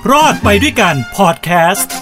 รอดไปด้วยกันพอดแคสต์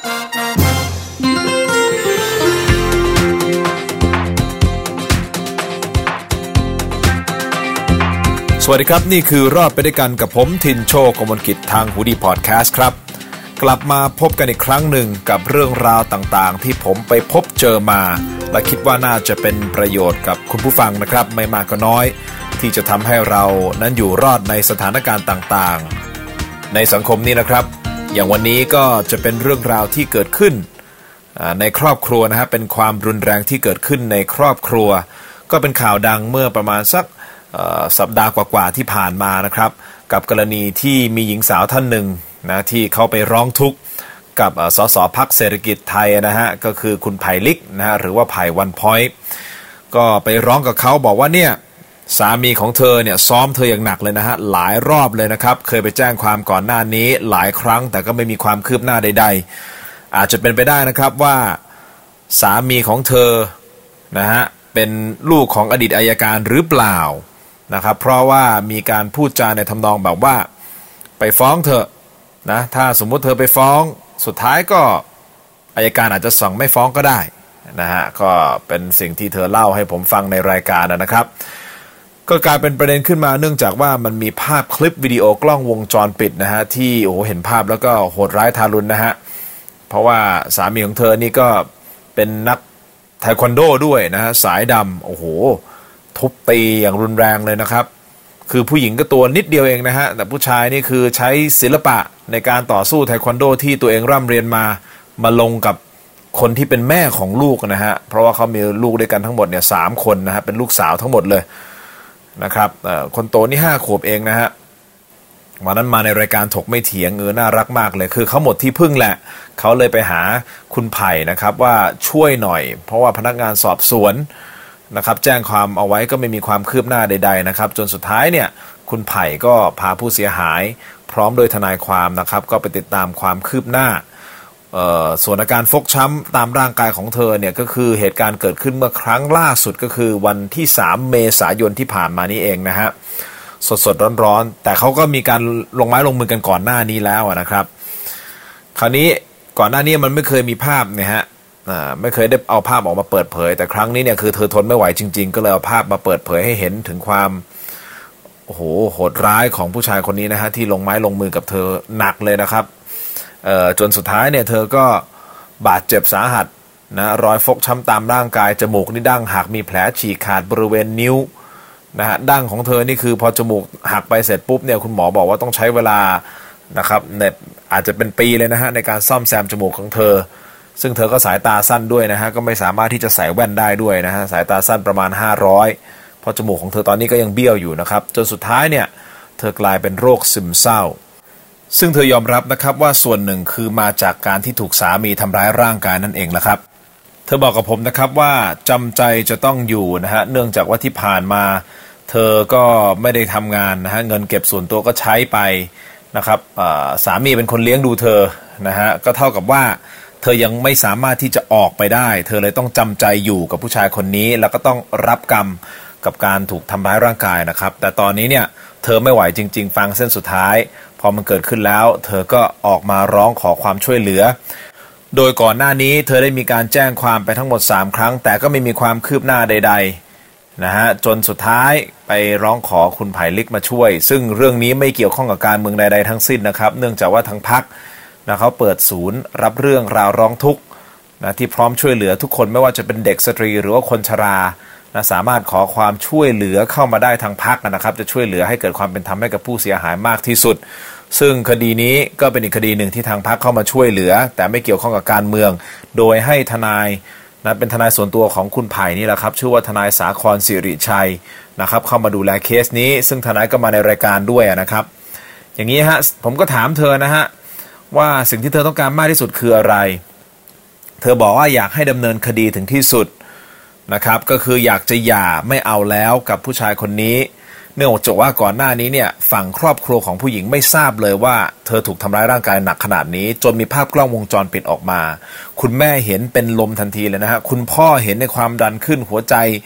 สวัสดีครับนี่คือรอดไปด้วยกันกับผมทินโชค กมลกิจทางหูดีพอดแคสต์ครับกลับมาพบกันอีกครั้งหนึ่งกับเรื่องราวต่างๆที่ผมไปพบเจอมาและคิดว่าน่าจะเป็นประโยชน์กับคุณผู้ฟังนะครับไม่มากก็น้อยที่จะทำให้เรานั้นอยู่รอดในสถานการณ์ต่างๆในสังคมนี้นะครับอย่างวันนี้ก็จะเป็นเรื่องราวที่เกิดขึ้นในครอบครัวนะฮะเป็นความรุนแรงที่เกิดขึ้นในครอบครัวก็เป็นข่าวดังเมื่อประมาณสักสัปดาห์กว่าๆที่ผ่านมานะครับกับกรณีที่มีหญิงสาวท่านหนึ่งนะที่เขาไปร้องทุกข์กับสสพรรคเศรษฐกิจไทยนะฮะก็คือคุณไผ่ลิกนะฮะหรือว่าไผ่วันพ้อยก็ไปร้องกับเขาบอกว่าเนี่ยสามีของเธอเนี่ยซ้อมเธออย่างหนักเลยนะฮะหลายรอบเลยนะครับเคยไปแจ้งความก่อนหน้านี้หลายครั้งแต่ก็ไม่มีความคืบหน้าใดๆอาจจะเป็นไปได้นะครับว่าสามีของเธอนะฮะเป็นลูกของอดีตอัยการหรือเปล่านะครับเพราะว่ามีการพูดจาในทำนองแบบว่าไปฟ้องเธอนะถ้าสมมุติเธอไปฟ้องสุดท้ายก็อัยการอาจจะสั่งไม่ฟ้องก็ได้นะฮะก็เป็นสิ่งที่เธอเล่าให้ผมฟังในรายการนะครับก็กลายเป็นประเด็นขึ้นมาเนื่องจากว่ามันมีภาพคลิปวิดีโอกล้องวงจรปิดนะฮะที่โอ้โหเห็นภาพแล้วก็โหดร้ายทารุณนะฮะเพราะว่าสามีของเธอนี่ก็เป็นนักเทควันโดด้วยนะฮะสายดำโอ้โหทุบตีอย่างรุนแรงเลยนะครับคือผู้หญิงก็ตัวนิดเดียวเองนะฮะแต่ผู้ชายนี่คือใช้ศิลปะในการต่อสู้เทควันโดที่ตัวเองร่ำเรียนมาลงกับคนที่เป็นแม่ของลูกนะฮะเพราะว่าเขามีลูกด้วยกันทั้งหมดเนี่ย3 คนนะฮะเป็นลูกสาวทั้งหมดเลยนะครับคนโตนี่5 ขวบเองนะฮะวันนั้นมาในรายการถกไม่เถียงน่ารักมากเลยคือเขาหมดที่พึ่งแหละเขาเลยไปหาคุณไผ่นะครับว่าช่วยหน่อยเพราะว่าพนักงานสอบสวนนะครับแจ้งความเอาไว้ก็ไม่มีความคืบหน้าใดๆนะครับจนสุดท้ายเนี่ยคุณไผ่ก็พาผู้เสียหายพร้อมโดยทนายความนะครับก็ไปติดตามความคืบหน้าส่วนอาการฟกช้ำตามร่างกายของเธอเนี่ยก็คือเหตุการณ์เกิดขึ้นเมื่อครั้งล่าสุดก็คือวันที่3 เมษายนที่ผ่านมานี้เองนะฮะสดๆร้อนๆแต่เขาก็มีการลงไม้ลงมือกันก่อนหน้านี้แล้วนะครับคราวนี้ก่อนหน้านี้มันไม่เคยมีภาพเนี่ยฮะไม่เคยได้เอาภาพออกมาเปิดเผยแต่ครั้งนี้เนี่ยคือเธอทนไม่ไหวจริงๆก็เลยเอาภาพมาเปิดเผยให้เห็นถึงความโอ้โหโหดร้ายของผู้ชายคนนี้นะฮะที่ลงไม้ลงมือกับเธอหนักเลยนะครับจนสุดท้ายเนี่ยเธอก็บาดเจ็บสาหัสนะรอยฟกช้ำตามร่างกายจมูกนี่ดั้งหักมีแผลฉีกขาดบริเวณนิ้วนะฮะดั้งของเธอนี่คือพอจมูกหักไปเสร็จปุ๊บเนี่ยคุณหมอบอกว่าต้องใช้เวลานะครับเนี่ยอาจจะเป็นปีเลยนะฮะในการซ่อมแซมจมูกของเธอซึ่งเธอก็สายตาสั้นด้วยนะฮะก็ไม่สามารถที่จะใส่แว่นได้ด้วยนะฮะสายตาสั้นประมาณ500เพราะจมูกของเธอตอนนี้ก็ยังเบี้ยวอยู่นะครับจนสุดท้ายเนี่ยเธอกลายเป็นโรคซึมเศร้าซึ่งเธอยอมรับนะครับว่าส่วนหนึ่งคือมาจากการที่ถูกสามีทำร้ายร่างกายนั่นเองแหละครับเธอบอกกับผมนะครับว่าจำใจจะต้องอยู่นะฮะเนื่องจากว่าที่ผ่านมาเธอก็ไม่ได้ทำงานนะฮะเงินเก็บส่วนตัวก็ใช้ไปนะครับสามีเป็นคนเลี้ยงดูเธอนะฮะก็เท่ากับว่าเธอยังไม่สามารถที่จะออกไปได้เธอเลยต้องจำใจอยู่กับผู้ชายคนนี้แล้วก็ต้องรับกรรมกับการถูกทำร้ายร่างกายนะครับแต่ตอนนี้เนี่ยเธอไม่ไหวจริงๆฟังเส้นสุดท้ายพอมันเกิดขึ้นแล้วเธอก็ออกมาร้องขอความช่วยเหลือโดยก่อนหน้านี้เธอได้มีการแจ้งความไปทั้งหมด3 ครั้งแต่ก็ไม่มีความคืบหน้าใดๆนะฮะจนสุดท้ายไปร้องขอคุณไผ่ลิกมาช่วยซึ่งเรื่องนี้ไม่เกี่ยวข้องกับการเมืองใดๆทั้งสิ้นนะครับเนื่องจากว่าทางพรรคนะเขาเปิดศูนย์รับเรื่องราวร้องทุกข์นะที่พร้อมช่วยเหลือทุกคนไม่ว่าจะเป็นเด็กสตรีหรือว่าคนชรานะสามารถขอความช่วยเหลือเข้ามาได้ทางพรรคนะครับจะช่วยเหลือให้เกิดความเป็นธรรมให้กับผู้เสียหายมากที่สุดซึ่งคดีนี้ก็เป็นอีกคดีหนึ่งที่ทางพรรคเข้ามาช่วยเหลือแต่ไม่เกี่ยวข้องกับการเมืองโดยให้ทนายนะเป็นทนายส่วนตัวของคุณไผ่นี่แหละครับชื่อว่าทนายสาครสิริชัยนะครับเข้ามาดูแลเคสนี้ซึ่งทนายก็มาในรายการด้วยนะครับอย่างนี้ฮะผมก็ถามเธอนะฮะว่าสิ่งที่เธอต้องการมากที่สุดคืออะไรเธอบอกว่าอยากให้ดำเนินคดีถึงที่สุดนะครับก็คืออยากจะหย่าไม่เอาแล้วกับผู้ชายคนนี้เนื่องจากว่าก่อนหน้านี้เนี่ยฝั่งครอบครัวของผู้หญิงไม่ทราบเลยว่าเธอถูกทำร้ายร่างกายหนักขนาดนี้จนมีภาพกล้องวงจรปิดออกมาคุณแม่เห็นเป็นลมทันทีเลยนะฮะคุณพ่อเห็นในความดันขึ้นหัวใจ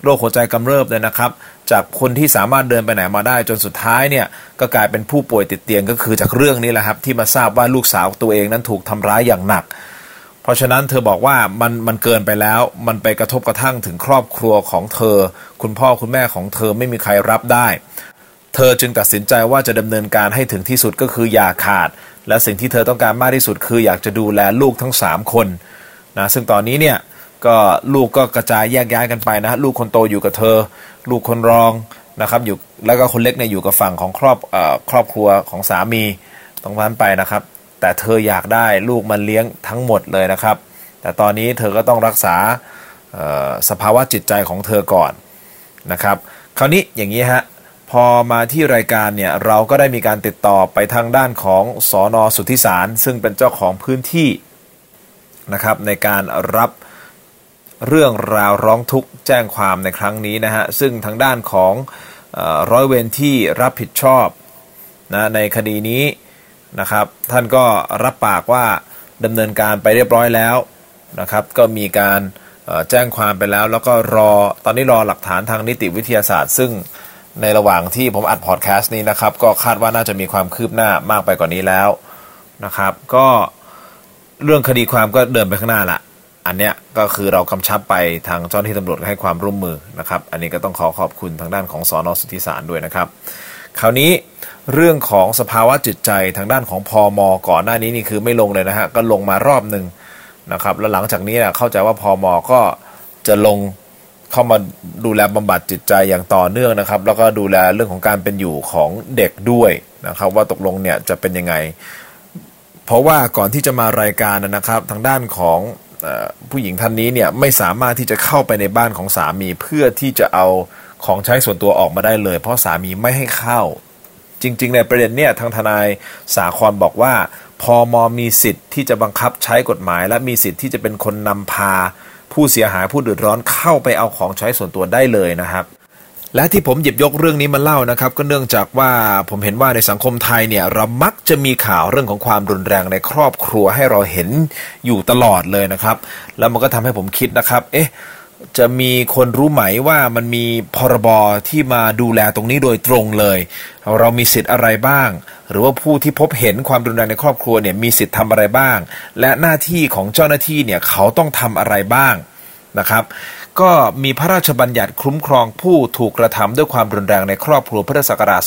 โรคหัวใจกำเริบเลยนะครับจากคนที่สามารถเดินไปไหนมาได้จนสุดท้ายเนี่ยก็กลายเป็นผู้ป่วยติดเตียงก็คือจากเรื่องนี้แหละครับที่มาทราบว่าลูกสาวตัวเองนั้นถูกทำร้ายอย่างหนักเพราะฉะนั้นเธอบอกว่ามันเกินไปแล้วมันไปกระทบกระทั่งถึงครอบครัวของเธอคุณพ่อคุณแม่ของเธอไม่มีใครรับได้เธอจึงตัดสินใจว่าจะดำเนินการให้ถึงที่สุดก็คืออย่าขาดและสิ่งที่เธอต้องการมากที่สุดคืออยากจะดูแลลูกทั้ง3คนนะซึ่งตอนนี้เนี่ยก็ลูกก็กระจายแยกย้ายกันไปนะลูกคนโตอยู่กับเธอลูกคนรองนะครับอยู่แล้วก็คนเล็กเนี่ยอยู่กับฝั่งของครอบครัวของสามีตรงนั้นไปนะครับแต่เธออยากได้ลูกมาเลี้ยงทั้งหมดเลยนะครับแต่ตอนนี้เธอก็ต้องรักษาสภาวะจิตใจของเธอก่อนนะครับคราวนี้อย่างนี้ฮะพอมาที่รายการเนี่ยเราก็ได้มีการติดต่อไปทางด้านของสน.สุทธิสารซึ่งเป็นเจ้าของพื้นที่นะครับในการรับเรื่องราวร้องทุกข์แจ้งความในครั้งนี้นะฮะซึ่งทางด้านของร้อยเวรที่รับผิดชอบนะในคดีนี้นะครับท่านก็รับปากว่าดำเนินการไปเรียบร้อยแล้วนะครับก็มีการแจ้งความไปแล้วแล้วก็ตอนนี้รอหลักฐานทางนิติวิทยาศาสตร์ซึ่งในระหว่างที่ผมอัดพอดแคสต์นี้นะครับก็คาดว่าน่าจะมีความคืบหน้ามากไปกว่านี้แล้วนะครับก็เรื่องคดีความก็เดินไปข้างหน้าละอันเนี้ยก็คือเรากำชับไปทางเจ้าหน้าที่ตำรวจให้ความร่วมมือนะครับอันนี้ก็ต้องขอบคุณทางด้านของสน.สุทธิสารด้วยนะครับคราวนี้เรื่องของสภาวะจิตใจทางด้านของพม.ก่อนหน้านี้นี่คือไม่ลงเลยนะฮะก็ลงมารอบนึงนะครับแล้วหลังจากนี้เนี่ยเข้าใจว่าพม.ก็จะลงเข้ามาดูแลบำบัดจิตใจอย่างต่อเนื่องนะครับแล้วก็ดูแลเรื่องของการเป็นอยู่ของเด็กด้วยนะครับว่าตกลงเนี่ยจะเป็นยังไงเพราะว่าก่อนที่จะมารายการนะครับทางด้านของผู้หญิงท่านนี้เนี่ยไม่สามารถที่จะเข้าไปในบ้านของสามีเพื่อที่จะเอาของใช้ส่วนตัวออกมาได้เลยเพราะสามีไม่ให้เข้าจริงๆในประเด็นเนี่ยทางทนายสาครบอกว่าพม.มีสิทธิ์ที่จะบังคับใช้กฎหมายและมีสิทธิ์ที่จะเป็นคนนำพาผู้เสียหายผู้เดือดร้อนเข้าไปเอาของใช้ส่วนตัวได้เลยนะครับและที่ผมหยิบยกเรื่องนี้มาเล่านะครับก็เนื่องจากว่าผมเห็นว่าในสังคมไทยเนี่ยเรามักจะมีข่าวเรื่องของความรุนแรงในครอบครัวให้เราเห็นอยู่ตลอดเลยนะครับแล้วมันก็ทำให้ผมคิดนะครับจะมีคนรู้ไหมว่ามันมีพรบที่มาดูแลตรงนี้โดยตรงเลยเรามีสิทธิ์อะไรบ้างหรือว่าผู้ที่พบเห็นความรุนแรงในครอบครัวเนี่ยมีสิทธิ์ทำอะไรบ้างและหน้าที่ของเจ้าหน้าที่เนี่ยเขาต้องทำอะไรบ้างนะครับก็มีพระราชบัญญัติคุ้มครองผู้ถูกกระทำด้วยความรุนแรงในครอบครัวพุทธศักราช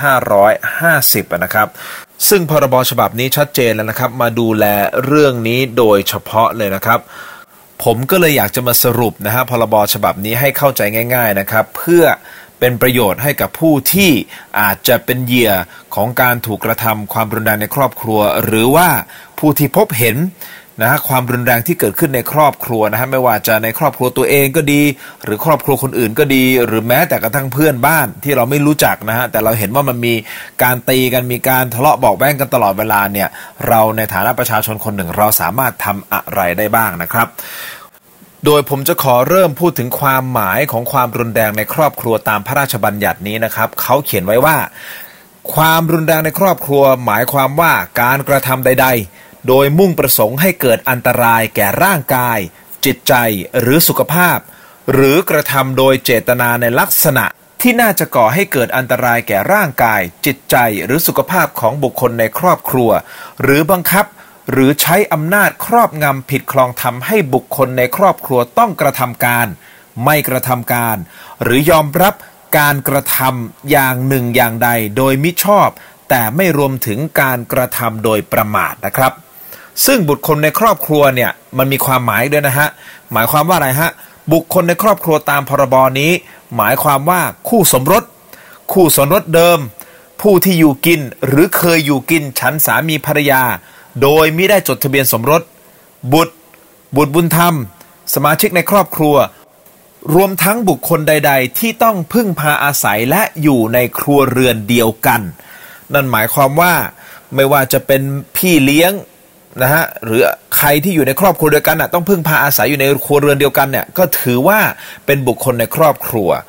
2550 นะครับซึ่งพรบฉบับนี้ชัดเจนแล้วนะครับมาดูแลเรื่องนี้โดยเฉพาะเลยนะครับผมก็เลยอยากจะมาสรุปนะฮะพรบฉบับนี้ให้เข้าใจง่ายๆนะครับเพื่อเป็นประโยชน์ให้กับผู้ที่อาจจะเป็นเหยื่อของการถูกกระทำความรุนแรงในครอบครัวหรือว่าผู้ที่พบเห็นนะฮะความรุนแรงที่เกิดขึ้นในครอบครัวนะฮะไม่ว่าจะในครอบครัวตัวเองก็ดีหรือครอบครัวคนอื่นก็ดีหรือแม้แต่กระทั่งเพื่อนบ้านที่เราไม่รู้จักนะฮะแต่เราเห็นว่ามันมีการตีกันมีการทะเลาะเบาะแว้งกันตลอดเวลาเนี่ยเราในฐานะประชาชนคนหนึ่งเราสามารถทำอะไรได้บ้างนะครับโดยผมจะขอเริ่มพูดถึงความหมายของความรุนแรงในครอบครัวตามพระราชบัญญัตินี้นะครับเขาเขียนไว้ว่าความรุนแรงในครอบครัวหมายความว่าการกระทำใดๆโดยมุ่งประสงค์ให้เกิดอันตรายแก่ร่างกายจิตใจหรือสุขภาพหรือกระทำโดยเจตนาในลักษณะที่น่าจะก่อให้เกิดอันตรายแก่ร่างกายจิตใจหรือสุขภาพของบุคคลในครอบครัวหรือบังคับหรือใช้อำนาจครอบงำผิดครองธรรมให้บุคคลในครอบครัวต้องกระทำการไม่กระทำการหรือยอมรับการกระทำอย่างหนึ่งอย่างใดโดยมิชอบแต่ไม่รวมถึงการกระทำโดยประมาทนะครับซึ่งบุคคลในครอบครัวเนี่ยมันมีความหมายด้วยนะฮะหมายความว่าอะไรฮะบุคคลในครอบครัวตามพรบนี้หมายความว่าคู่สมรสเดิมผู้ที่อยู่กินหรือเคยอยู่กินฉันสามีภรรยาโดยมิได้จดทะเบียนสมรสบุตรบุญธรรมสมาชิกในครอบครัวรวมทั้งบุคคลใดๆที่ต้องพึ่งพาอาศัยและอยู่ในครัวเรือนเดียวกันนั่นหมายความว่าไม่ว่าจะเป็นพี่เลี้ยงนะฮะหรือใครที่อยู่ในครอบครัวเดียวกันต้องพึ่งพาอาศัยอยู่ในครัวเรือนเดียวกันเนี่ยก็ถือว่าเป็นบุคคลในครอบครัว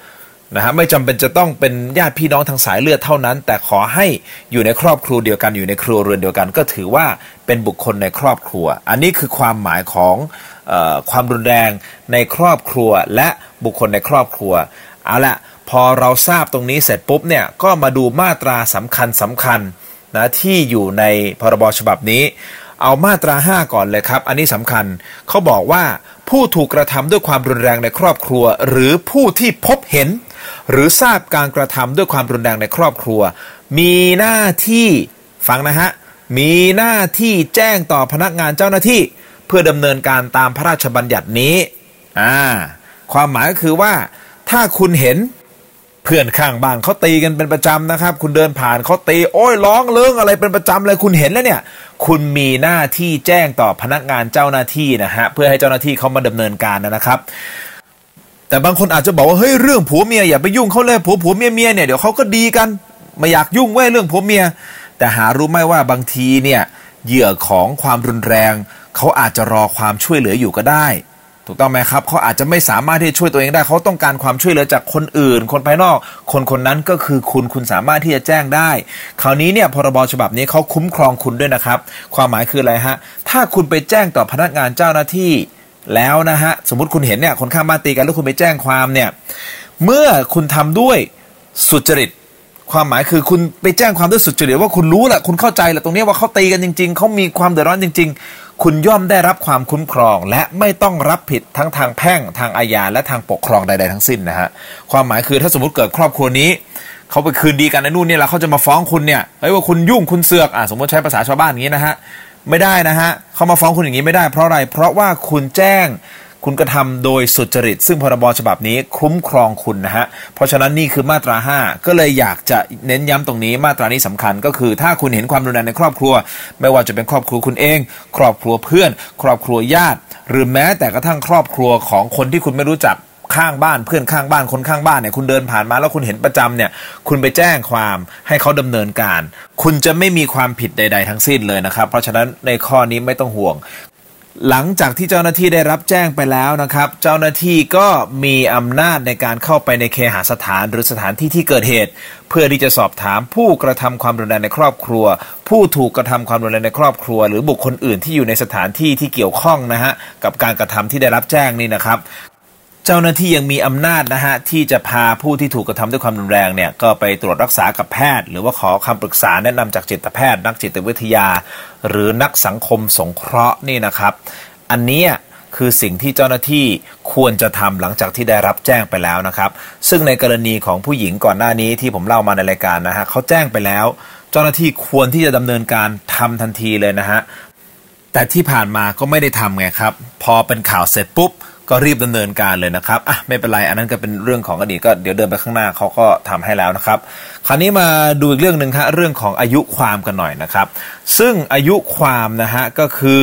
นะฮะไม่จำเป็นจะต้องเป็นญาติพี่น้องทางสายเลือดเท่านั้นแต่ขอให้อยู่ในครอบครัวเดียวกันอยู่ในครัวเรือนเดียวกันก็ถือว่าเป็นบุคคลในครอบครัวอันนี้คือความหมายของความรุนแรงในครอบครัวและบุคคลในครอบครัวเอาละพอเราทราบตรงนี้เสร็จปุ๊บเนี่ยก็มาดูมาตราสำคัญนะที่อยู่ในพรบฉบับนี้เอามาตรา5ก่อนเลยครับอันนี้สำคัญเขาบอกว่าผู้ถูกกระทำด้วยความรุนแรงในครอบครัวหรือผู้ที่พบเห็นหรือทราบการกระทำด้วยความรุนแรงในครอบครัวมีหน้าที่ฟังนะฮะมีหน้าที่แจ้งต่อพนักงานเจ้าหน้าที่เพื่อดำเนินการตามพระราชบัญญัตินี้ความหมายก็คือว่าถ้าคุณเห็นเพื่อนข้างบ้านเขาตีกันเป็นประจำนะครับคุณเดินผ่านเขาตีโอ้ยร้องเลิ้งอะไรเป็นประจำเลยคุณเห็นแล้วเนี่ยคุณมีหน้าที่แจ้งต่อพนักงานเจ้าหน้าที่นะฮะเพื่อให้เจ้าหน้าที่เขามาดำเนินการนะครับแต่บางคนอาจจะบอกว่าเฮ้ยเรื่องผัวเมียอย่าไปยุ่งเขาเลยผัวเมียเนี่ยเดี๋ยวเขาก็ดีกันไม่อยากยุ่งเว้ยเรื่องผัวเมียแต่หารู้ไหมว่าบางทีเนี่ยเหยื่อของความรุนแรงเขาอาจจะรอความช่วยเหลืออยู่ก็ได้ถูกต้องไหมครับเขาอาจจะไม่สามารถที่จะช่วยตัวเองได้เขาต้องการความช่วยเหลือจากคนอื่นคนภายนอกคนนั้นก็คือคุณสามารถที่จะแจ้งได้คราวนี้เนี่ยพรบฉบับนี้เขาคุ้มครองคุณด้วยนะครับความหมายคืออะไรฮะถ้าคุณไปแจ้งต่อพนักงานเจ้าหน้าที่แล้วนะฮะสมมุติคุณเห็นเนี่ยคนข้างบ้านตีกันแล้วคุณไปแจ้งความเนี่ยเมื่อคุณทำด้วยสุจริตความหมายคือคุณไปแจ้งความด้วยสุจริตว่าคุณรู้แหละคุณเข้าใจแหละตรงนี้ว่าเขาตีกันจริงๆเขามีความเดือดร้อนจริงๆคุณย่อมได้รับความคุ้มครองและไม่ต้องรับผิดทั้งทางแพ่งทางอาญาและทางปกครองใดๆทั้งสิ้นนะฮะความหมายคือถ้าสมมติเกิดครอบครัวนี้เขาไปคืนดีกันในนู่นนี่แล้วเขาจะมาฟ้องคุณเนี่ยว่าคุณยุ่งคุณเสือกสมมติใช้ภาษาชาวบ้านอย่างนี้นะฮะไม่ได้นะฮะเขามาฟ้องคุณอย่างนี้ไม่ได้เพราะอะไรเพราะว่าคุณแจ้งคุณกระทำโดยสุจริตซึ่งพรบฉบับนี้คุ้มครองคุณนะฮะเพราะฉะนั้นนี่คือมาตรา5ก็เลยอยากจะเน้นย้ำตรงนี้มาตรานี้สำคัญก็คือถ้าคุณเห็นความรุนแรงในครอบครัวไม่ว่าจะเป็นครอบครัวคุณเองครอบครัวเพื่อนครอบครัวญาติหรือแม้แต่กระทั่งครอบครัวของคนที่คุณไม่รู้จักข้างบ้านเพื่อนข้างบ้านคนข้างบ้านเนี่ยคุณเดินผ่านมาแล้วคุณเห็นประจำเนี่ยคุณไปแจ้งความให้เขาดำเนินการคุณจะไม่มีความผิดใดๆทั้งสิ้นเลยนะครับเพราะฉะนั้นในข้อนี้ไม่ต้องห่วงหลังจากที่เจ้าหน้าที่ได้รับแจ้งไปแล้วนะครับเจ้าหน้าที่ก็มีอำนาจในการเข้าไปในเคหสถานหรือสถานที่ที่เกิดเหตุเพื่อที่จะสอบถามผู้กระทำความรุนแรงในครอบครัวผู้ถูกกระทำความรุนแรงในครอบครัวหรือบุคคลอื่นที่อยู่ในสถานที่ที่เกี่ยวข้องนะฮะกับการกระทำที่ได้รับแจ้งนี่นะครับเจ้าหน้าที่ยังมีอำนาจนะฮะที่จะพาผู้ที่ถูกกระทำด้วยความรุนแรงเนี่ยก็ไปตรวจรักษากับแพทย์หรือว่าขอคำปรึกษาแนะนำจากจิตแพทย์นักจิตวิทยาหรือนักสังคมสงเคราะห์นี่นะครับอันนี้คือสิ่งที่เจ้าหน้าที่ควรจะทำหลังจากที่ได้รับแจ้งไปแล้วนะครับซึ่งในกรณีของผู้หญิงก่อนหน้านี้ที่ผมเล่ามาในรายการนะฮะเขาแจ้งไปแล้วเจ้าหน้าที่ควรที่จะดำเนินการทำทันทีเลยนะฮะแต่ที่ผ่านมาก็ไม่ได้ทำไงครับพอเป็นข่าวเสร็จปุ๊บก็รีบดำเนินการเลยนะครับไม่เป็นไรอันนั้นก็เป็นเรื่องของอดีตก็เดี๋ยวเดินไปข้างหน้าเขาก็ทำให้แล้วนะครับคราวนี้มาดูอีกเรื่องนึงครับเรื่องของอายุความกันหน่อยนะครับซึ่งอายุความนะฮะก็คือ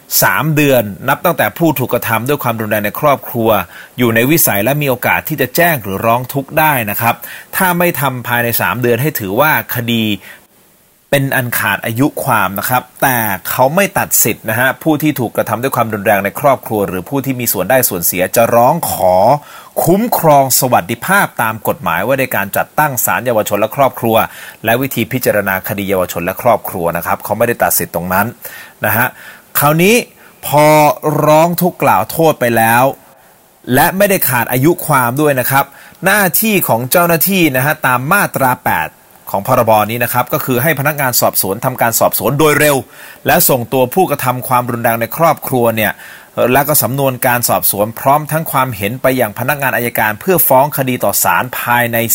3 เดือนนับตั้งแต่ผู้ถูกกระทำด้วยความรุนแรงในครอบครัวอยู่ในวิสัยและมีโอกาสที่จะแจ้งหรือร้องทุกข์ได้นะครับถ้าไม่ทำภายใน3 เดือนให้ถือว่าคดีเป็นอันขาดอายุความนะครับแต่เขาไม่ตัดสิทธิ์นะฮะผู้ที่ถูกกระทำด้วยความรุนแรงในครอบครัวหรือผู้ที่มีส่วนได้ส่วนเสียจะร้องขอคุ้มครองสวัสดิภาพตามกฎหมายว่าในการจัดตั้งศาลเยาวชนและครอบครัวและวิธีพิจารณาคดีเยาวชนและครอบครัวนะครับเขาไม่ได้ตัดสิทธิ์ตรงนั้นนะฮะคราวนี้พอร้องทุกข์กล่าวโทษไปแล้วและไม่ได้ขาดอายุความด้วยนะครับหน้าที่ของเจ้าหน้าที่นะฮะตามมาตรา8ของพรบนี้นะครับก็คือให้พนักงานสอบสวนทำการสอบสวนโดยเร็วและส่งตัวผู้กระทำความรุนแรงในครอบครัวเนี่ยและก็สำนวนการสอบสวนพร้อมทั้งความเห็นไปยังพนักงานอัยการเพื่อฟ้องคดีต่อศาลภายใน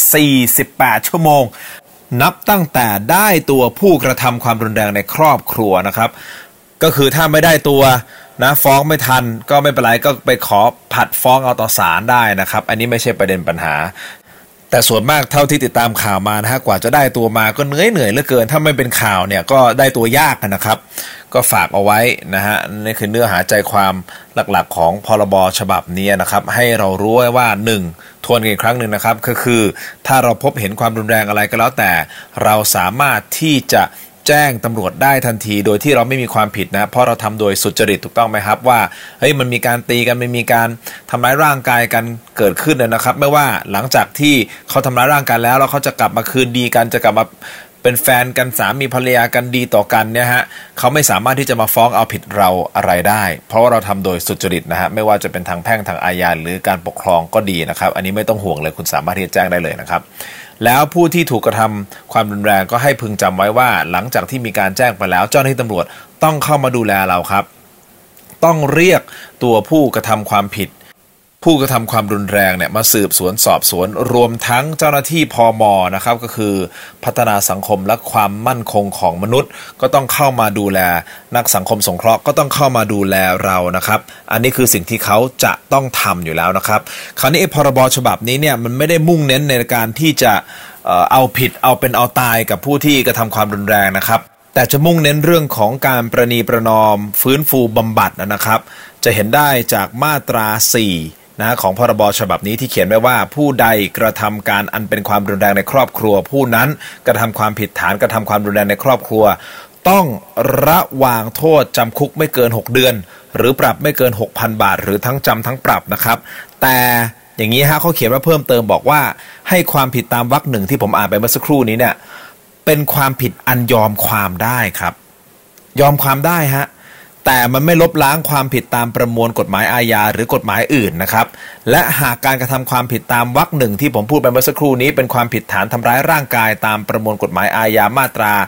48 ชั่วโมงนับตั้งแต่ได้ตัวผู้กระทำความรุนแรงในครอบครัวนะครับก็คือถ้าไม่ได้ตัวนะฟ้องไม่ทันก็ไม่เป็นไรก็ไปขอผัดฟ้องเอาต่อศาลได้นะครับอันนี้ไม่ใช่ประเด็นปัญหาแต่ส่วนมากเท่าที่ติดตามข่าวมานะฮะกว่าจะได้ตัวมาก็เหนื่อยเหลือเกินถ้าไม่เป็นข่าวเนี่ยก็ได้ตัวยากนะครับก็ฝากเอาไว้นะฮะนี่คือเนื้อหาใจความหลักๆของพรบฉบับนี้นะครับให้เรารู้ไว้ว่า1ทวนอีกครั้งหนึ่งนะครับก็คือถ้าเราพบเห็นความรุนแรงอะไรก็แล้วแต่เราสามารถที่จะแจ้งตำรวจได้ทันทีโดยที่เราไม่มีความผิดนะเพราะเราทำโดยสุจริตถูกต้องไหมครับว่าเฮ้ยมันมีการตีกันมันมีการทำร้ายร่างกายกันเกิดขึ้นนะครับไม่ว่าหลังจากที่เขาทำร้ายร่างกายแล้วเขาจะกลับมาคืนดีกันจะกลับมาเป็นแฟนกันสามีภรรยากันดีต่อกันเนี่ยฮะเขาไม่สามารถที่จะมาฟ้องเอาผิดเราอะไรได้เพราะว่าเราทำโดยสุจริตนะฮะไม่ว่าจะเป็นทางแพ่งทางอาญาหรือการปกครองก็ดีนะครับอันนี้ไม่ต้องห่วงเลยคุณสามารถที่จะแจ้งได้เลยนะครับแล้วผู้ที่ถูกกระทำความรุนแรงก็ให้พึงจำไว้ว่าหลังจากที่มีการแจ้งไปแล้วเจ้าหน้าที่ตำรวจต้องเข้ามาดูแลเราครับต้องเรียกตัวผู้กระทำความผิดผู้กระทำความรุนแรงเนี่ยมาสืบสวนสอบสวนรวมทั้งเจ้าหน้าที่พม.นะครับก็คือพัฒนาสังคมและความมั่นคงของมนุษย์ก็ต้องเข้ามาดูแลนักสังคมสงเคราะห์ก็ต้องเข้ามาดูแลเรานะครับอันนี้คือสิ่งที่เขาจะต้องทำอยู่แล้วนะครับคราวนี้พรบฉบับนี้เนี่ยมันไม่ได้มุ่งเน้นในการที่จะเอาผิดเอาเป็นเอาตายกับผู้ที่กระทำความรุนแรงนะครับแต่จะมุ่งเน้นเรื่องของการประนีประนอมฟื้นฟูบำบัดนะครับจะเห็นได้จากมาตรา4ของพรบฉบับนี้ที่เขียนไว้ว่าผู้ใดกระทำการอันเป็นความรุนแรงในครอบครัวผู้นั้นกระทำความผิดฐานกระทำความรุนแรงในครอบครัวต้องระวางโทษจำคุกไม่เกิน6เดือนหรือปรับไม่เกิน 6,000 บาทหรือทั้งจำทั้งปรับนะครับแต่อย่างนี้เขาเขียนว่าเพิ่มเติมบอกว่าให้ความผิดตามวรรคหนึ่งที่ผมอ่านไปเมื่อสักครู่นี้เนี่ยเป็นความผิดอันยอมความได้ครับยอมความได้ฮะแต่มันไม่ลบล้างความผิดตามประมวลกฎหมายอาญาหรือกฎหมายอื่นนะครับและหากการกระทำความผิดตามวรรคหนึ่งที่ผมพูดไปเมื่อสักครู่นี้เป็นความผิดฐานทำร้ายร่างกายตามประมวลกฎหมายอาญามาตรา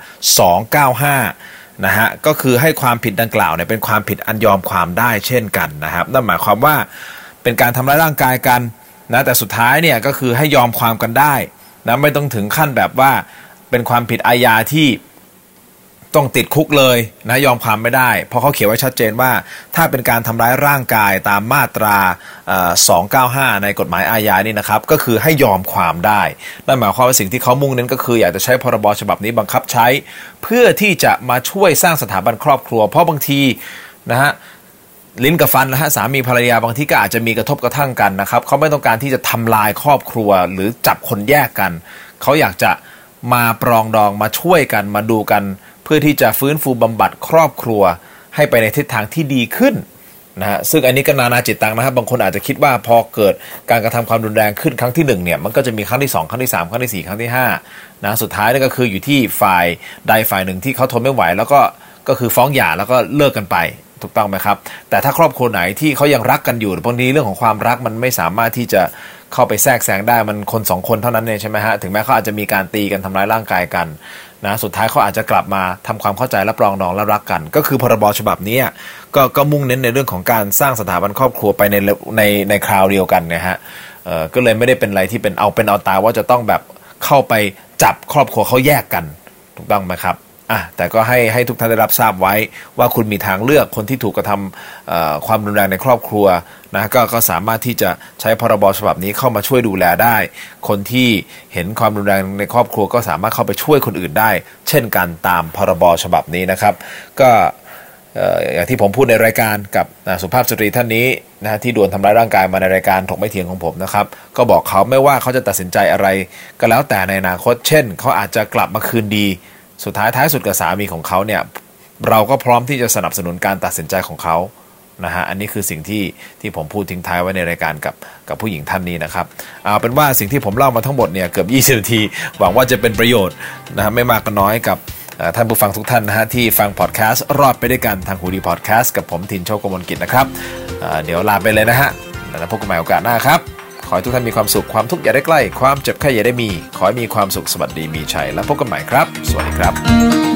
295นะฮะก็คือให้ความผิดดังกล่าวเนี่ยเป็นความผิดอันยอมความได้เช่นกันนะครับนั่นหมายความว่าเป็นการทำร้ายร่างกายกันนะแต่สุดท้ายเนี่ยก็คือให้ยอมความกันได้นะไม่ต้องถึงขั้นแบบว่าเป็นความผิดอาญาที่ต้องติดคุกเลยนะยอมความไม่ได้เพราะเขาเขียนไว้ชัดเจนว่าถ้าเป็นการทำร้ายร่างกายตามมาตรา295ในกฎหมายอาญานี่นะครับก็คือให้ยอมความได้นั่นหมายความว่าสิ่งที่เขามุ่งเน้นก็คืออยากจะใช้พรบฉบับนี้บังคับใช้เพื่อที่จะมาช่วยสร้างสถาบันครอบครัวเพราะบางทีนะฮะลิ้นกับฟันนะฮะสามีภรรยาบางทีก็อาจจะมีกระทบกระทั่งกันนะครับเขาไม่ต้องการที่จะทำลายครอบครัวหรือจับคนแยกกันเขาอยากจะมาปรองดองมาช่วยกันมาดูกันเพื่อที่จะฟื้นฟูบำบัดครอบครัวให้ไปในทิศทางที่ดีขึ้นนะฮะซึ่งอันนี้ก็นานาจิตตังนะครับบางคนอาจจะคิดว่าพอเกิดการกระทำความรุนแรงขึ้นครั้งที่1เนี่ยมันก็จะมีครั้งที่2ครั้งที่3ครั้งที่4ครั้งที่5นะสุดท้ายนี่ก็คืออยู่ที่ฝ่ายใดฝ่ายหนึ่งที่เขาทนไม่ไหวแล้วก็คือฟ้องหย่าแล้วก็เลิกกันไปถูกต้องไหมครับแต่ถ้าครอบครัวไหนที่เขายังรักกันอยู่บางทีเรื่องของความรักมันไม่สามารถที่จะเข้าไปแทรกแซงได้มันคน2คนเท่านั้นเนี่ยใช่ไหมฮะถึงแม้เขาอาจจะมีการตีกันทำร้ายร่างกายกันนะสุดท้ายเขาอาจจะกลับมาทำความเข้าใจและปรองดองและรักกันก็คือพรบฉบับนี้ก็มุ่งเน้นในเรื่องของการสร้างสถาบันครอบครัวไปในคราวเดียวกันนะฮะก็เลยไม่ได้เป็นอะไรที่เป็นเอาตายว่าจะต้องแบบเข้าไปจับครอบครัวเขาแยกกันถูกต้องไหมครับแต่ก็ให้ทุกท่านได้รับทราบไว้ว่าคุณมีทางเลือกคนที่ถูกกระทำความรุนแรงในครอบครัวนะก็สามารถที่จะใช้พรบฉบับนี้เข้ามาช่วยดูแลได้คนที่เห็นความรุนแรงในครอบครัวก็สามารถเข้าไปช่วยคนอื่นได้เช่นกันตามพรบฉบับนี้นะครับก็อย่างที่ผมพูดในรายการกับสุภาพสตรีท่านนี้นะที่โดนทำร้ายร่างกายมาในรายการถกไม่เถียงของผมนะครับก็บอกเขาไม่ว่าเขาจะตัดสินใจอะไรก็แล้วแต่ในอนาคตเช่นเขาอาจจะกลับมาคืนดีสุดท้ายสุดกับสามีของเขาเนี่ยเราก็พร้อมที่จะสนับสนุนการตัดสินใจของเขานะฮะอันนี้คือสิ่งที่ผมพูดทิ้งท้ายไว้ในรายการกับผู้หญิงท่านนี้นะครับเอาเป็นว่าสิ่งที่ผมเล่ามาทั้งหมดเนี่ยเกือบ20นาทีหวังว่าจะเป็นประโยชน์นะฮะไม่มากก็น้อยกับท่านผู้ฟังทุกท่านนะฮะที่ฟังพอดแคสต์รอดไปด้วยกันทางหูดีพอดแคสต์กับผมทินโชค กมลกิจนะครับเดี๋ยวลาไปเลยนะฮะแล้วพบกันใหม่โอกาสหน้าครับขอให้ทุกท่านมีความสุขความทุกข์อย่าได้ใกล้ความเจ็บไข้อย่าได้มีขอให้มีความสุขสวัสดีมีชัยแล้วพบกันใหม่ครับสวัสดีครับ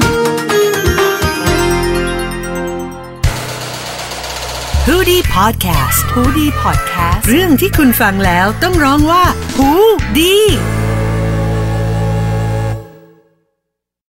ฮูดี้พอดแคสต์ฮูดี้พอดแคสต์เรื่องที่คุณฟังแล้วต้องร้องว่าฮูดี